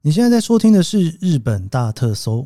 你现在在收听的是日本大特搜。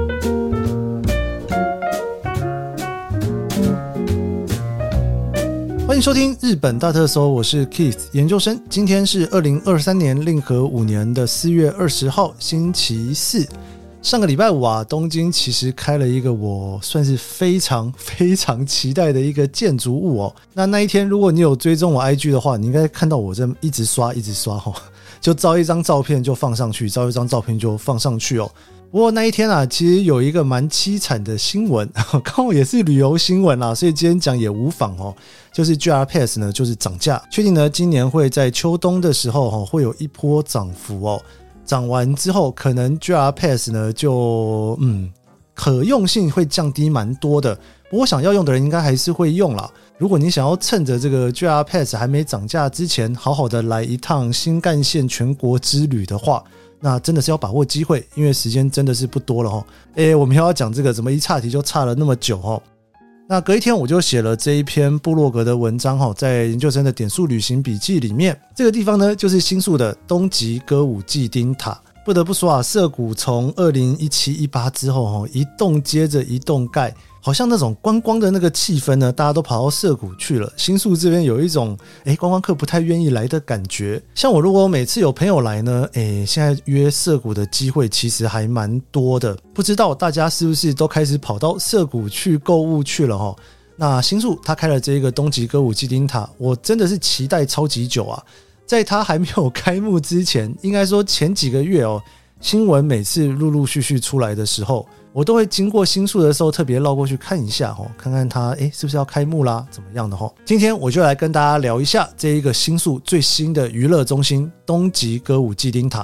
欢迎收听日本大特搜，我是 Keith 研究生。今天是2023年令和5年的4月20号星期四。上个礼拜五啊，东京其实开了一个我算是非常期待的一个建筑物哦。那一天如果你有追踪我 IG 的话，你应该看到我在一直刷哦，就照一张照片就放上去，照一张照片就放上去哦。不过那一天啊，其实有一个蛮凄惨的新闻，刚好也是旅游新闻啦，所以今天讲也无妨哦。就是 JR Pass 呢，就是涨价，确定呢今年会在秋冬的时候会有一波涨幅哦。涨完之后，可能 JR Pass 呢就可用性会降低蛮多的。不过想要用的人应该还是会用啦。如果你想要趁着这个 JR Pass 还没涨价之前，好好的来一趟新干线全国之旅的话，那真的是要把握机会，因为时间真的是不多了我们要讲这个怎么一岔题就岔了那么久那隔一天我就写了这一篇部落格的文章在研究生的点数旅行笔记里面。这个地方呢就是新宿的东极歌舞伎町塔。不得不说啊，涩谷从2017-18之后一栋接着一栋盖，好像那种观光的那个气氛呢，大家都跑到涩谷去了。新宿这边有一种观光客不太愿意来的感觉。像我如果每次有朋友来呢，现在约涩谷的机会其实还蛮多的。不知道大家是不是都开始跑到涩谷去购物去了那新宿他开了这个东极歌舞伎町塔，我真的是期待超级久啊。在它还没有开幕之前，应该说前几个月新闻每次陆陆续续出来的时候，我都会经过新宿的时候特别绕过去看一下看看它是不是要开幕啦，怎么样的今天我就来跟大家聊一下这一个新宿最新的娱乐中心东极歌舞伎町塔。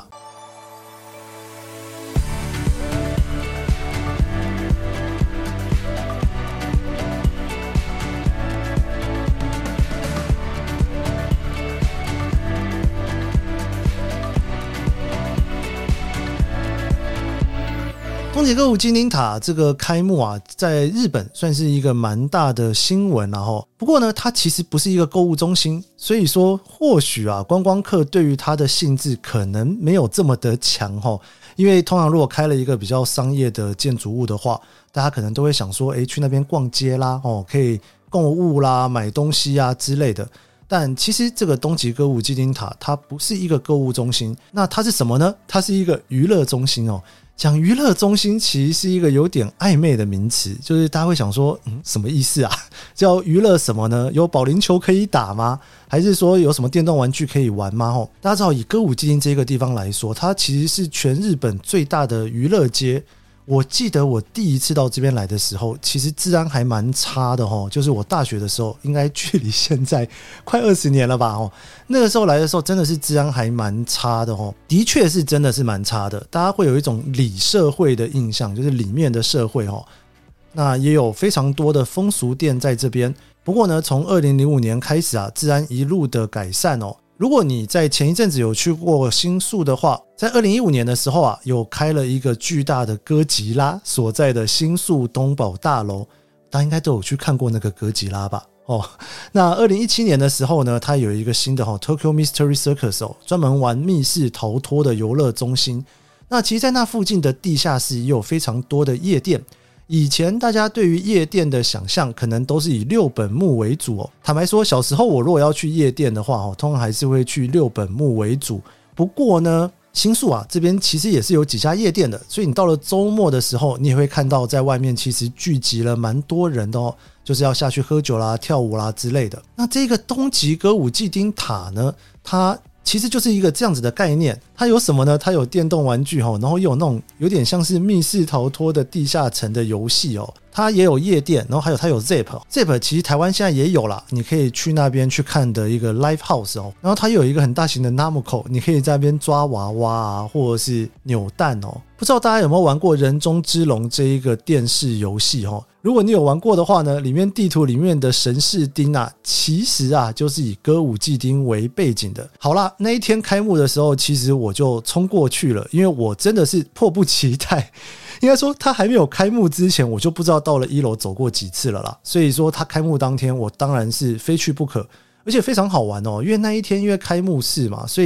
东极歌舞伎町塔这个开幕啊，在日本算是一个蛮大的新闻不过呢，它其实不是一个购物中心，所以说或许啊，观光客对于它的兴致可能没有这么的强因为通常如果开了一个比较商业的建筑物的话，大家可能都会想说去那边逛街啦可以购物啦，买东西啊之类的。但其实这个东极歌舞伎町塔它不是一个购物中心，那它是什么呢？它是一个娱乐中心讲娱乐中心其实是一个有点暧昧的名词，就是大家会想说什么意思啊？叫娱乐什么呢？有保龄球可以打吗？还是说有什么电动玩具可以玩吗？大家知道以歌舞伎町这个地方来说，它其实是全日本最大的娱乐街。我记得我第一次到这边来的时候，其实治安还蛮差的就是我大学的时候，应该距离现在快20年了吧那个时候来的时候真的是治安还蛮差的的确是真的是蛮差的。大家会有一种里社会的印象，就是里面的社会那也有非常多的风俗店在这边。不过呢，从2005年开始啊，治安一路的改善如果你在前一阵子有去过新宿的话，在2015年的时候啊，有开了一个巨大的哥吉拉所在的新宿东宝大楼，大家应该都有去看过那个哥吉拉吧那2017年的时候呢，它有一个新的Tokyo Mystery Circus 专门玩密室逃脱的游乐中心。那其实在那附近的地下室也有非常多的夜店。以前大家对于夜店的想象可能都是以六本木为主坦白说，小时候我如果要去夜店的话通常还是会去六本木为主。不过呢，新宿啊这边其实也是有几家夜店的，所以你到了周末的时候，你也会看到在外面其实聚集了蛮多人的就是要下去喝酒啦、跳舞啦之类的。那这个东极歌舞伎町塔呢，它其实就是一个这样子的概念。它有什么呢？它有电动玩具然后又有那种有点像是密室逃脱的地下城的游戏它也有夜店，然后还有它有 Zep 其实台湾现在也有啦，你可以去那边去看的一个 Live House 然后它有一个很大型的 Namco， 你可以在那边抓娃娃啊，或者是扭蛋不知道大家有没有玩过人中之龙这一个电视游戏如果你有玩过的话呢，里面地图里面的神士町啊，其实啊就是以歌舞伎町为背景的。好啦，那一天开幕的时候，其实我就冲过去了，因为我真的是迫不及待。应该说他还没有开幕之前，我就不知道到了1楼走过几次了啦。所以说他开幕当天，我当然是非去不可，而且非常好玩因为那一天因为开幕式嘛，所以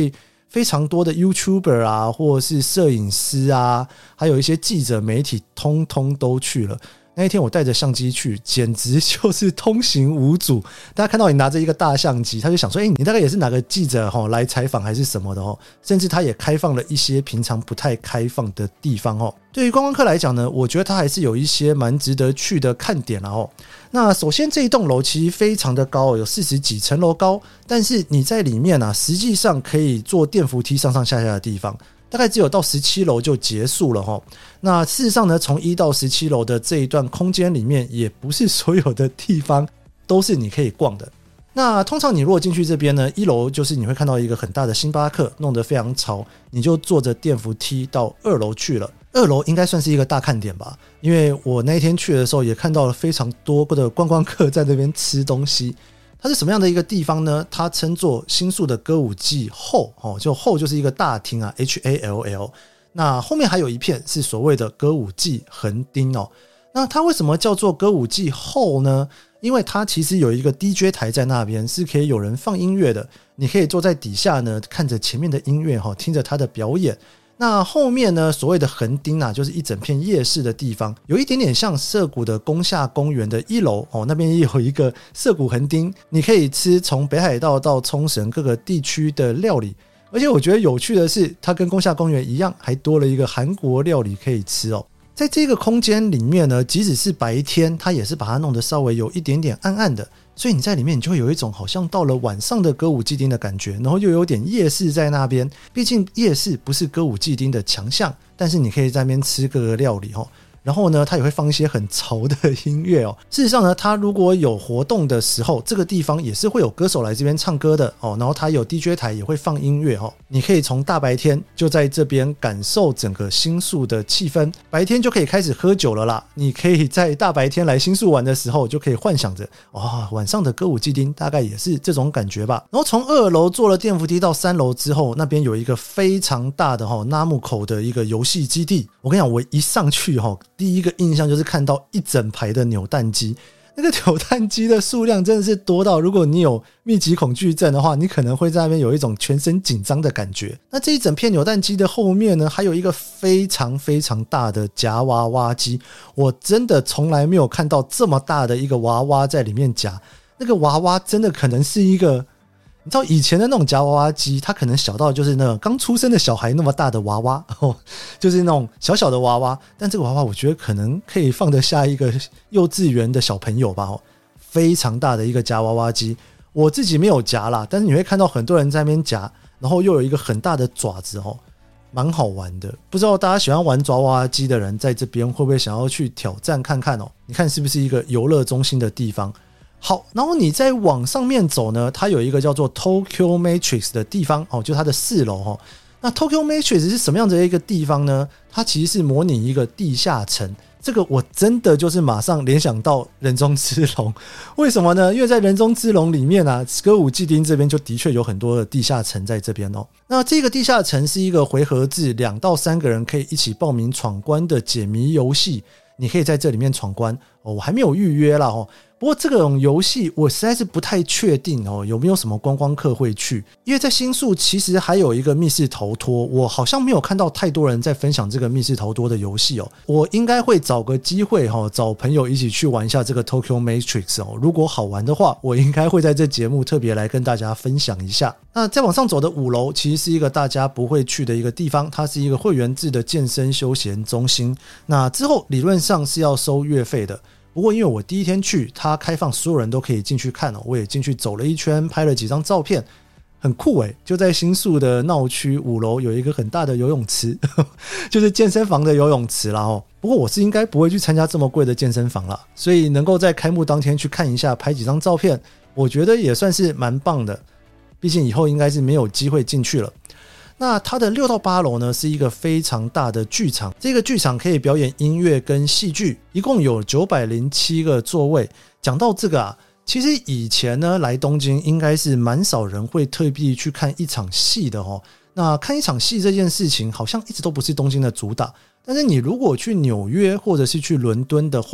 非常多的 YouTuber 啊，或者是摄影师啊，还有一些记者媒体通通都去了。那一天我带着相机去，简直就是通行无阻。大家看到你拿着一个大相机，他就想说你大概也是哪个记者来采访还是什么的。甚至他也开放了一些平常不太开放的地方。对于观光客来讲呢，我觉得它还是有一些蛮值得去的看点啦。那首先这一栋楼其实非常的高，有40几层楼高，但是你在里面啊，实际上可以坐电扶梯上上下下的地方，大概只有到17楼就结束了。那事实上呢，从1到17楼的这一段空间里面，也不是所有的地方都是你可以逛的。那通常你如果进去这边呢，1楼就是你会看到一个很大的星巴克，弄得非常潮，你就坐着电扶梯到2楼去了。2楼应该算是一个大看点吧，因为我那一天去的时候也看到了非常多的观光客在那边吃东西。它是什么样的一个地方呢？它称作新宿的歌舞伎后，就后就是一个大厅啊 HALL， 那后面还有一片是所谓的歌舞伎横丁。那它为什么叫做歌舞伎后呢？因为它其实有一个 DJ 台在那边，是可以有人放音乐的，你可以坐在底下呢，看着前面的音乐，听着它的表演。那后面呢，所谓的横丁啊，就是一整片夜市的地方，有一点点像涩谷的宫下公园的1楼那边也有一个涩谷横丁，你可以吃从北海道到冲绳各个地区的料理。而且我觉得有趣的是，它跟宫下公园一样，还多了一个韩国料理可以吃。在这个空间里面呢，即使是白天，它也是把它弄得稍微有一点点暗暗的，所以你在里面你就会有一种好像到了晚上的歌舞伎町的感觉，然后又有点夜市在那边。毕竟夜市不是歌舞伎町的强项，但是你可以在那边吃各个料理。然后呢，它也会放一些很潮的音乐。事实上呢，它如果有活动的时候，这个地方也是会有歌手来这边唱歌的。然后它有 DJ 台也会放音乐。你可以从大白天就在这边感受整个新宿的气氛，白天就可以开始喝酒了啦。你可以在大白天来新宿玩的时候，就可以幻想着晚上的歌舞伎町大概也是这种感觉吧。然后从2楼坐了电扶梯到3楼之后，那边有一个非常大的纳木口的一个游戏基地。我跟你讲，我一上去第一个印象就是看到一整排的扭蛋机，那个扭蛋机的数量真的是多到，如果你有密集恐惧症的话，你可能会在那边有一种全身紧张的感觉。那这一整片扭蛋机的后面呢，还有一个非常非常大的夹娃娃机，我真的从来没有看到这么大的一个娃娃在里面夹。那个娃娃真的可能是一个，你知道以前的那种夹娃娃机，它可能小到就是那种刚出生的小孩那么大的娃娃，就是那种小小的娃娃。但这个娃娃我觉得可能可以放得下一个幼稚园的小朋友吧。非常大的一个夹娃娃机，我自己没有夹啦，但是你会看到很多人在那边夹，然后又有一个很大的爪子，蛮好玩的。不知道大家喜欢玩抓娃娃机的人在这边会不会想要去挑战看看。你看是不是一个游乐中心的地方。好，然后你再往上面走呢，它有一个叫做 Tokyo Matrix 的地方，就它的4楼。那 Tokyo Matrix 是什么样的一个地方呢？它其实是模拟一个地下城。这个我真的就是马上联想到人中之龙。为什么呢？因为在人中之龙里面啊，歌舞伎町这边就的确有很多的地下城在这边。那这个地下城是一个回合制2到3个人可以一起报名闯关的解谜游戏，你可以在这里面闯关。我还没有预约啦。不过这种游戏我实在是不太确定有没有什么观光客会去，因为在新宿其实还有一个密室逃脱，我好像没有看到太多人在分享这个密室逃脱的游戏。我应该会找个机会找朋友一起去玩一下这个 Tokyo Matrix。如果好玩的话，我应该会在这节目特别来跟大家分享一下。那再往上走的5楼其实是一个大家不会去的一个地方，它是一个会员制的健身休闲中心。那之后理论上是要收月费的，不过因为我第一天去，它开放所有人都可以进去看我也进去走了一圈，拍了几张照片，很酷就在新宿的闹区5楼有一个很大的游泳池就是健身房的游泳池啦。不过我是应该不会去参加这么贵的健身房啦，所以能够在开幕当天去看一下，拍几张照片，我觉得也算是蛮棒的，毕竟以后应该是没有机会进去了。那它的6到8楼呢，是一个非常大的剧场，这个剧场可以表演音乐跟戏剧，一共有907个座位。讲到这个其实以前呢来东京应该是蛮少人会特地去看一场戏的那看一场戏这件事情好像一直都不是东京的主打，但是你如果去纽约或者是去伦敦的话，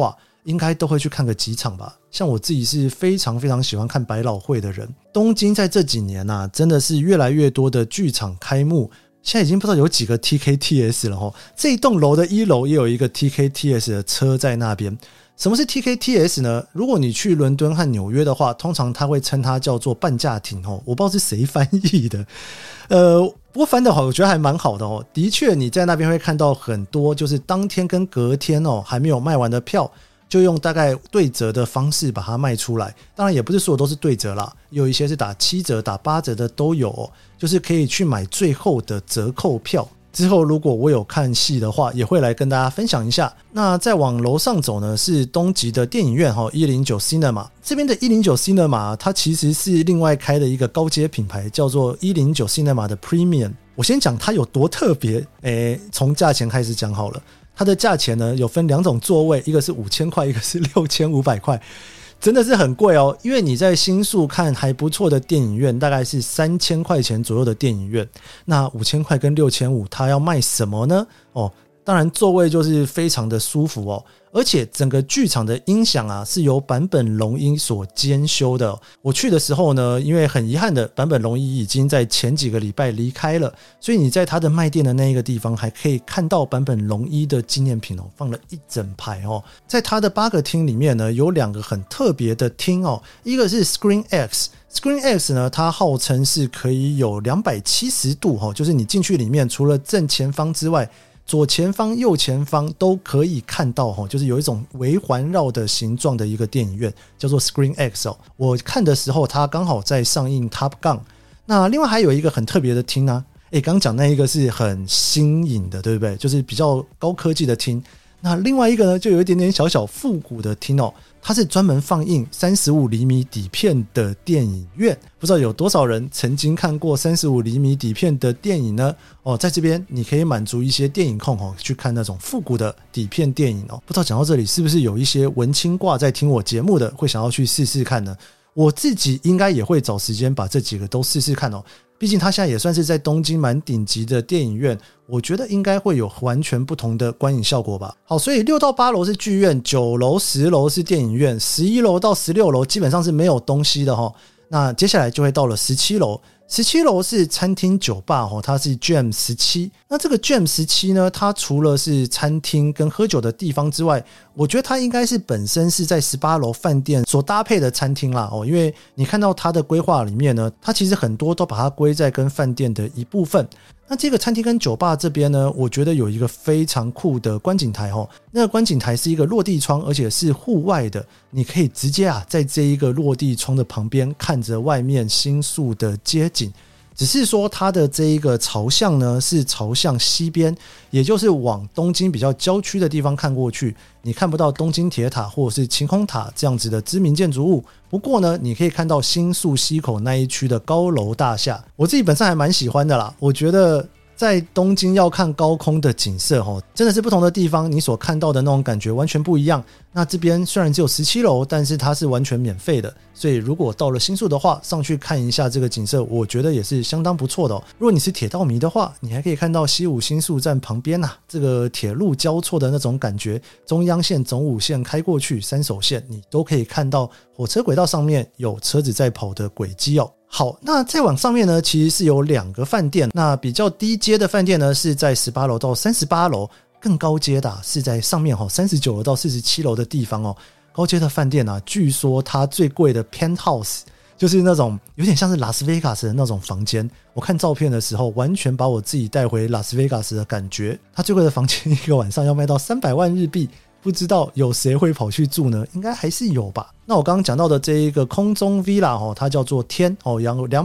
应该都会去看个几场吧。像我自己是非常非常喜欢看百老汇的人，东京在这几年啊，真的是越来越多的剧场开幕，现在已经不知道有几个 TKTS 了。这一栋楼的1楼也有一个 TKTS 的车在那边。什么是 TKTS 呢？如果你去伦敦和纽约的话，通常他会称它叫做半价亭，我不知道是谁翻译的，不过翻的好，我觉得还蛮好的。的确你在那边会看到很多就是当天跟隔天还没有卖完的票，就用大概对折的方式把它卖出来。当然也不是所有都是对折啦，有一些是打7折打8折的都有，就是可以去买最后的折扣票。之后如果我有看戏的话，也会来跟大家分享一下。那再往楼上走呢，是东极的电影院109 Cinema。 这边的109 Cinema 它其实是另外开的一个高阶品牌，叫做109 Cinema 的 Premium。 我先讲它有多特别，从价钱开始讲好了。它的价钱呢有分2种座位，一个是5000块，一个是6500块，真的是很贵哦。因为你在新宿看还不错的电影院大概是3000块钱左右的电影院，那5000块跟6500它要卖什么呢？当然座位就是非常的舒服而且整个剧场的音响啊是由坂本龙一所监修的。我去的时候呢，因为很遗憾的坂本龙一已经在前几个礼拜离开了，所以你在他的卖店的那一个地方还可以看到坂本龙一的纪念品放了一整排在他的8个厅里面呢，有2个很特别的厅一个是 Screen X。Screen X 呢，它号称是可以有270度就是你进去里面除了正前方之外，左前方右前方都可以看到就是有一种微环绕的形状的一个电影院，叫做 Screen X 我看的时候它刚好在上映 Top Gun。 那另外还有一个很特别的厅啊，刚讲那一个是很新颖的，对不对？就是比较高科技的厅。那另外一个呢，就有一点点小小复古的厅它是专门放映35厘米底片的电影院。不知道有多少人曾经看过35厘米底片的电影呢？在这边你可以满足一些电影控去看那种复古的底片电影不知道讲到这里是不是有一些文青挂在听我节目的会想要去试试看呢？我自己应该也会找时间把这几个都试试看毕竟它现在也算是在东京蛮顶级的电影院，我觉得应该会有完全不同的观影效果吧。好，所以6到8楼是剧院，9楼10楼是电影院，11楼到16楼基本上是没有东西的那接下来就会到了17楼，17楼是餐厅酒吧它是 Gem 17。那这个 Gem 17呢，它除了是餐厅跟喝酒的地方之外，我觉得它应该是本身是在18楼饭店所搭配的餐厅啦因为你看到它的规划里面呢，它其实很多都把它归在跟饭店的一部分。那这个餐厅跟酒吧这边呢，我觉得有一个非常酷的观景台那个观景台是一个落地窗，而且是户外的，你可以直接在这一个落地窗的旁边看着外面新宿的街景。只是说它的这一个朝向呢是朝向西边，也就是往东京比较郊区的地方看过去，你看不到东京铁塔或者是晴空塔这样子的知名建筑物。不过呢，你可以看到新宿西口那一区的高楼大厦，我自己本身还蛮喜欢的啦。我觉得在东京要看高空的景色真的是不同的地方你所看到的那种感觉完全不一样。那这边虽然只有17楼，但是它是完全免费的，所以如果到了新宿的话，上去看一下这个景色，我觉得也是相当不错的如果你是铁道迷的话，你还可以看到西武新宿站旁边这个铁路交错的那种感觉，中央线总武线开过去3手线，你都可以看到火车轨道上面有车子在跑的轨迹好，那再往上面呢，其实是有2个饭店。那比较低阶的饭店呢，是在18楼到38楼，更高阶的是在上面39楼到47楼的地方高阶的饭店据说它最贵的 penthouse 就是那种有点像是拉斯维加斯的那种房间。我看照片的时候，完全把我自己带回拉斯维加斯的感觉。它最贵的房间一个晚上要卖到300万日币，不知道有谁会跑去住呢？应该还是有吧。那我刚刚讲到的这一个空中 Villa 它叫做天有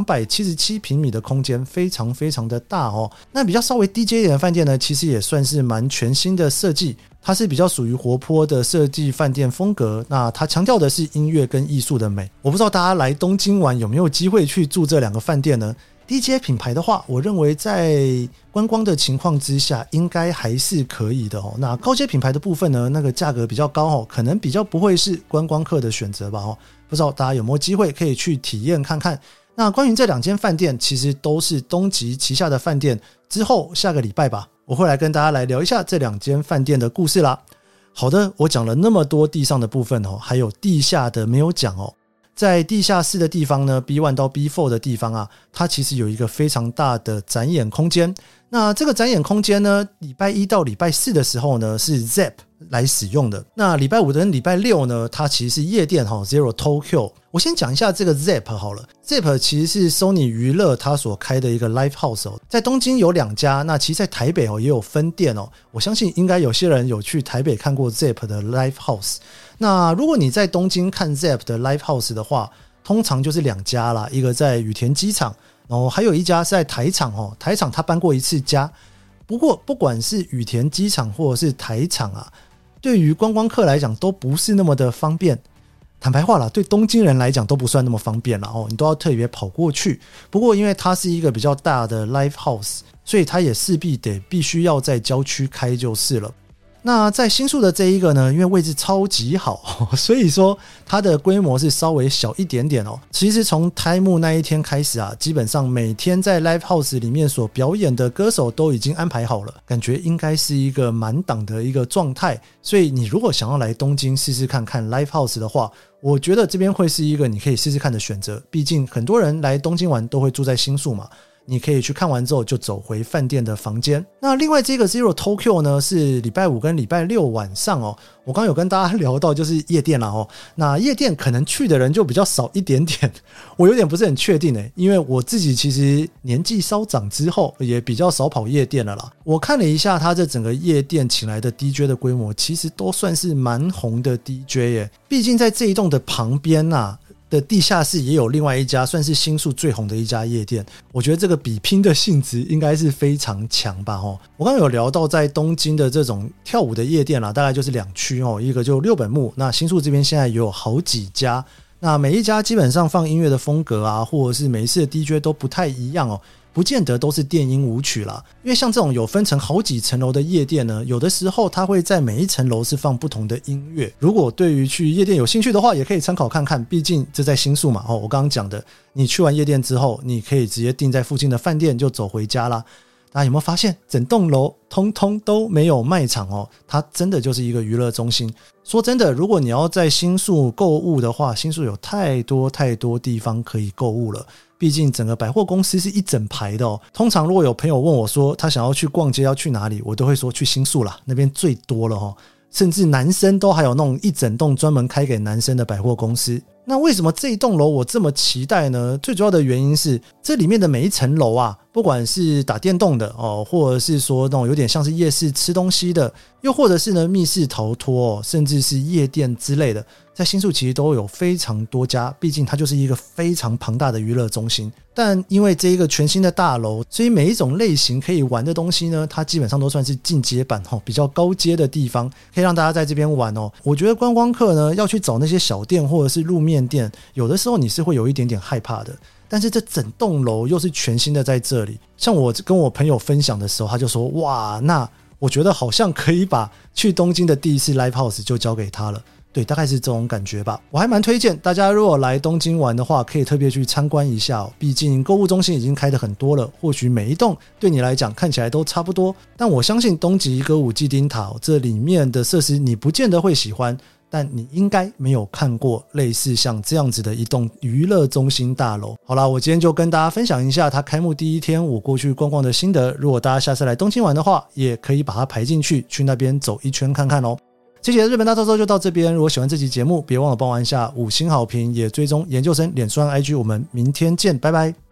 277平米的空间，非常非常的大那比较稍微低阶一点的饭店呢，其实也算是蛮全新的设计，它是比较属于活泼的设计饭店风格。那它强调的是音乐跟艺术的美。我不知道大家来东京玩有没有机会去住这2个饭店呢？低阶品牌的话，我认为在观光的情况之下应该还是可以的那高阶品牌的部分呢，那个价格比较高可能比较不会是观光客的选择吧不知道大家有没有机会可以去体验看看。那关于这2间饭店其实都是东极旗下的饭店，之后下个礼拜吧，我会来跟大家来聊一下这2间饭店的故事啦。 好的，我讲了那么多地上的部分还有地下的没有讲在地下室的地方呢 B1 到 B4 的地方啊，它其实有一个非常大的展演空间。那这个展演空间呢，礼拜一到礼拜四的时候呢是 ZEP 来使用的，那礼拜五跟礼拜六呢，它其实是夜店Zero Tokyo。我先讲一下这个 ZEP 好了。 ZEP 其实是 Sony 娱乐它所开的一个 Live House 在东京有2家，那其实在台北也有分店我相信应该有些人有去台北看过 ZEP 的 Live House。那如果你在东京看 ZEP 的 Live House 的话，通常就是2家啦，一个在羽田机场，然后还有一家是在台场台场他搬过一次家。不过不管是羽田机场或者是台场啊，对于观光客来讲都不是那么的方便。坦白话啦，对东京人来讲都不算那么方便啦你都要特别跑过去。不过因为它是一个比较大的 Live House， 所以它也势必须要在郊区开就是了。那在新宿的这一个呢，因为位置超级好所以说它的规模是稍微小一点点其实从开幕那一天开始啊，基本上每天在 Live House 里面所表演的歌手都已经安排好了，感觉应该是一个满档的一个状态。所以你如果想要来东京试试看 Live House 的话，我觉得这边会是一个你可以试试看的选择。毕竟很多人来东京玩都会住在新宿嘛，你可以去看完之后就走回饭店的房间。那另外这个 Zero Tokyo 呢，是礼拜五跟礼拜六晚上我刚刚有跟大家聊到就是夜店啦那夜店可能去的人就比较少一点点，我有点不是很确定因为我自己其实年纪稍长之后也比较少跑夜店了啦。我看了一下他这整个夜店请来的 DJ 的规模，其实都算是蛮红的 DJ 耶。毕竟在这一栋的旁边啊的地下室也有另外一家算是新宿最红的一家夜店，我觉得这个比拼的性质应该是非常强吧我刚刚有聊到在东京的这种跳舞的夜店啦，大概就是2区一个就六本木，那新宿这边现在也有好几家，那每一家基本上放音乐的风格啊，或者是每一次的 DJ 都不太一样不见得都是电音舞曲啦。因为像这种有分成好几层楼的夜店呢，有的时候它会在每一层楼是放不同的音乐。如果对于去夜店有兴趣的话，也可以参考看看，毕竟这在新宿嘛我刚刚讲的，你去完夜店之后你可以直接订在附近的饭店就走回家啦。大家有没有发现整栋楼通通都没有卖场它真的就是一个娱乐中心。说真的，如果你要在新宿购物的话，新宿有太多地方可以购物了，毕竟整个百货公司是一整排的通常如果有朋友问我说他想要去逛街要去哪里，我都会说去新宿啦，那边最多了甚至男生都还有那种一整栋专门开给男生的百货公司。那为什么这一栋楼我这么期待呢？最主要的原因是这里面的每一层楼啊，不管是打电动的或者是说那种有点像是夜市吃东西的，又或者是呢密室逃脱甚至是夜店之类的，在新宿其实都有非常多家，毕竟它就是一个非常庞大的娱乐中心。但因为这一个全新的大楼，所以每一种类型可以玩的东西呢，它基本上都算是进阶版比较高阶的地方，可以让大家在这边玩我觉得观光客呢要去找那些小店或者是路面店，有的时候你是会有一点点害怕的。但是这整栋楼又是全新的在这里，像我跟我朋友分享的时候，他就说哇，那我觉得好像可以把去东京的第一次 Live House 就交给他了。对，大概是这种感觉吧。我还蛮推荐大家如果来东京玩的话，可以特别去参观一下毕竟购物中心已经开得很多了，或许每一栋对你来讲看起来都差不多，但我相信东极歌舞伎町塔这里面的设施你不见得会喜欢，但你应该没有看过类似像这样子的一栋娱乐中心大楼。好啦，我今天就跟大家分享一下它开幕第一天我过去逛逛的心得，如果大家下次来东京玩的话，也可以把它排进去，去那边走一圈看看这期的日本大特搜就到这边，如果喜欢这期节目别忘了帮我按下5星好评，也追踪研究生脸书和 IG， 我们明天见，拜拜。